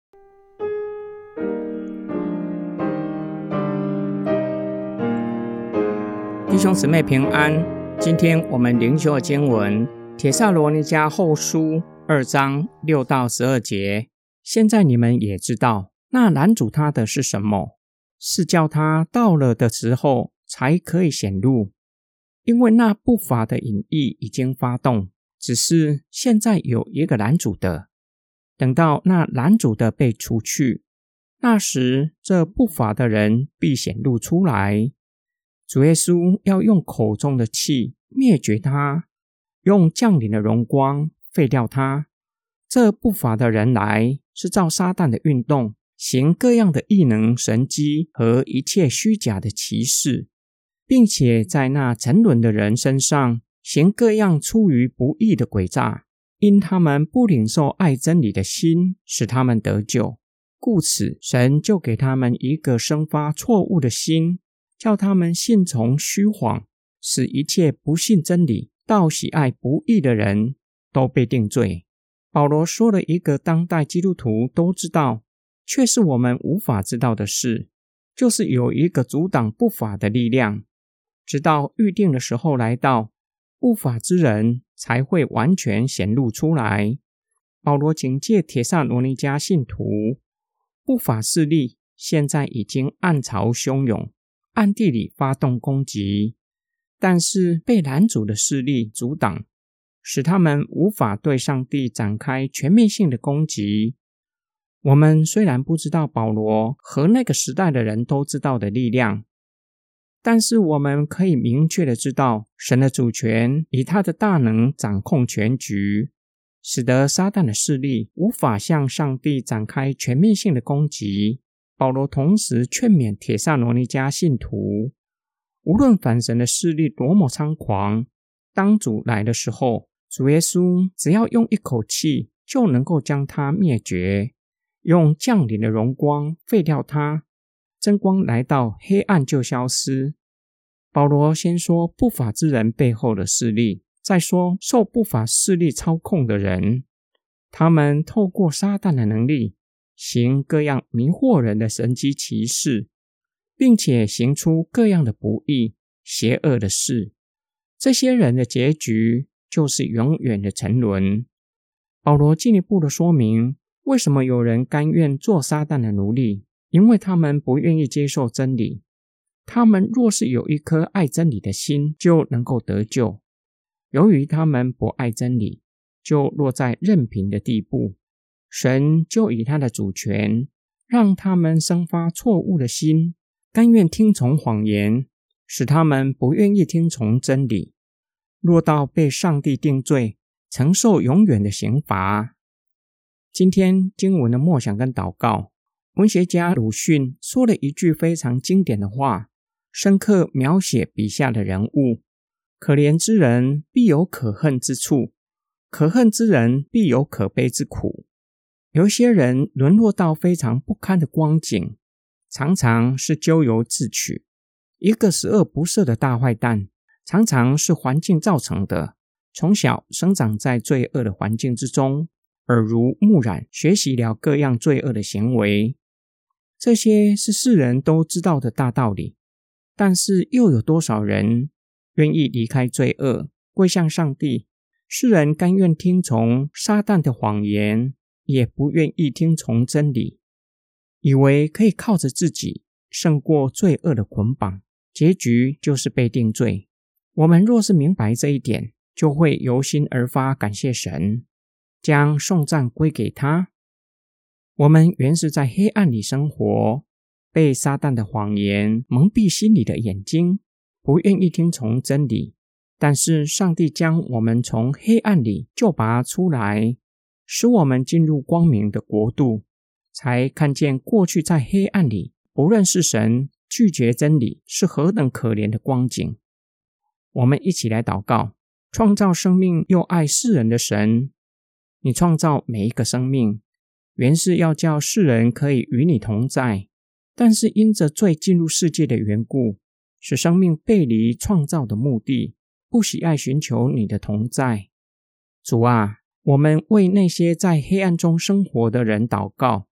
弟兄姊妹平安，今天我们灵修的经文帖撒罗尼迦后书2章6到12节。现在你们也知道，那拦阻他的是什么？是叫他到了的时候才可以显露。因为那不法的隐意已经发动，只是现在有一个拦阻的。等到那拦阻的被除去，那时这不法的人必显露出来。主耶稣要用口中的气灭绝他，用降临的荣光废掉他。这不法的人来，是照撒旦的运动，行各样的异能神迹和一切虚假的奇事，并且在那沉沦的人身上行各样出于不义的诡诈，因他们不领受爱真理的心，使他们得救。故此神就给他们一个生发错误的心，叫他们信从虚谎，使一切不信真理、倒喜爱不义的人都被定罪。保罗说了一个当代基督徒都知道，却是我们无法知道的事，就是有一个阻挡不法的力量，直到预定的时候来到，不法之人才会完全显露出来。保罗警戒帖撒罗尼迦信徒，不法势力现在已经暗潮汹涌，暗地里发动攻击，但是被拦阻的势力阻挡，使他们无法对上帝展开全面性的攻击。我们虽然不知道保罗和那个时代的人都知道的力量，但是我们可以明确的知道，神的主权以他的大能掌控全局，使得撒旦的势力无法向上帝展开全面性的攻击。保罗同时劝勉帖撒罗尼迦信徒，无论反神的势力多么猖狂，当主来的时候，主耶稣只要用一口气就能够将他灭绝，用降临的荣光废掉他，真光来到，黑暗就消失。保罗先说不法之人背后的势力，再说受不法势力操控的人，他们透过撒旦的能力行各样迷惑人的神迹奇事，并且行出各样的不义邪恶的事。这些人的结局就是永远的沉沦。保罗进一步的说明，为什么有人甘愿做撒旦的奴隶，因为他们不愿意接受真理。他们若是有一颗爱真理的心，就能够得救。由于他们不爱真理，就落在任凭的地步，神就以他的主权，让他们生发错误的心，甘愿听从谎言，使他们不愿意听从真理，落到被上帝定罪，承受永远的刑罚。今天经文的默想跟祷告，文学家鲁迅说了一句非常经典的话，深刻描写笔下的人物：可怜之人必有可恨之处，可恨之人必有可悲之苦。有一些人沦落到非常不堪的光景，常常是咎由自取。一个十恶不赦的大坏蛋，常常是环境造成的。从小生长在罪恶的环境之中，耳濡目染，学习了各样罪恶的行为。这些是世人都知道的大道理，但是又有多少人愿意离开罪恶，归向上帝？世人甘愿听从撒旦的谎言，也不愿意听从真理，以为可以靠着自己胜过罪恶的捆绑，结局就是被定罪。我们若是明白这一点，就会由心而发感谢神，将颂赞归给他。我们原是在黑暗里生活，被撒旦的谎言蒙蔽心里的眼睛，不愿意听从真理。但是上帝将我们从黑暗里救拔出来，使我们进入光明的国度，才看见过去在黑暗里不认识神、拒绝真理是何等可怜的光景。我们一起来祷告。创造生命又爱世人的神，你创造每一个生命，原是要叫世人可以与你同在，但是因着罪进入世界的缘故，使生命背离创造的目的，不喜爱寻求你的同在。主啊，我们为那些在黑暗中生活的人祷告，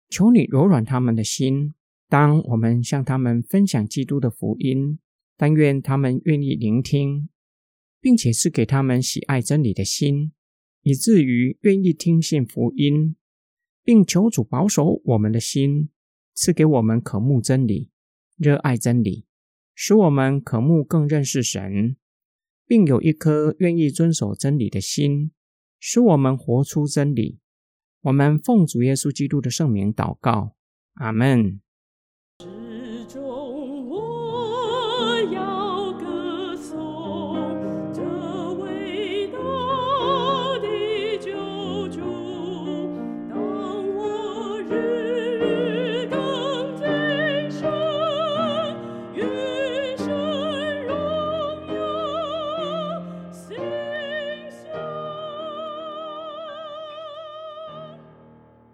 求你柔软他们的心，当我们向他们分享基督的福音，但愿他们愿意聆听，并且赐给他们喜爱真理的心，以至于愿意听信福音，并求主保守我们的心，赐给我们渴慕真理、热爱真理，使我们渴慕更认识神，并有一颗愿意遵守真理的心，使我们活出真理。我们奉主耶稣基督的圣名祷告，阿们。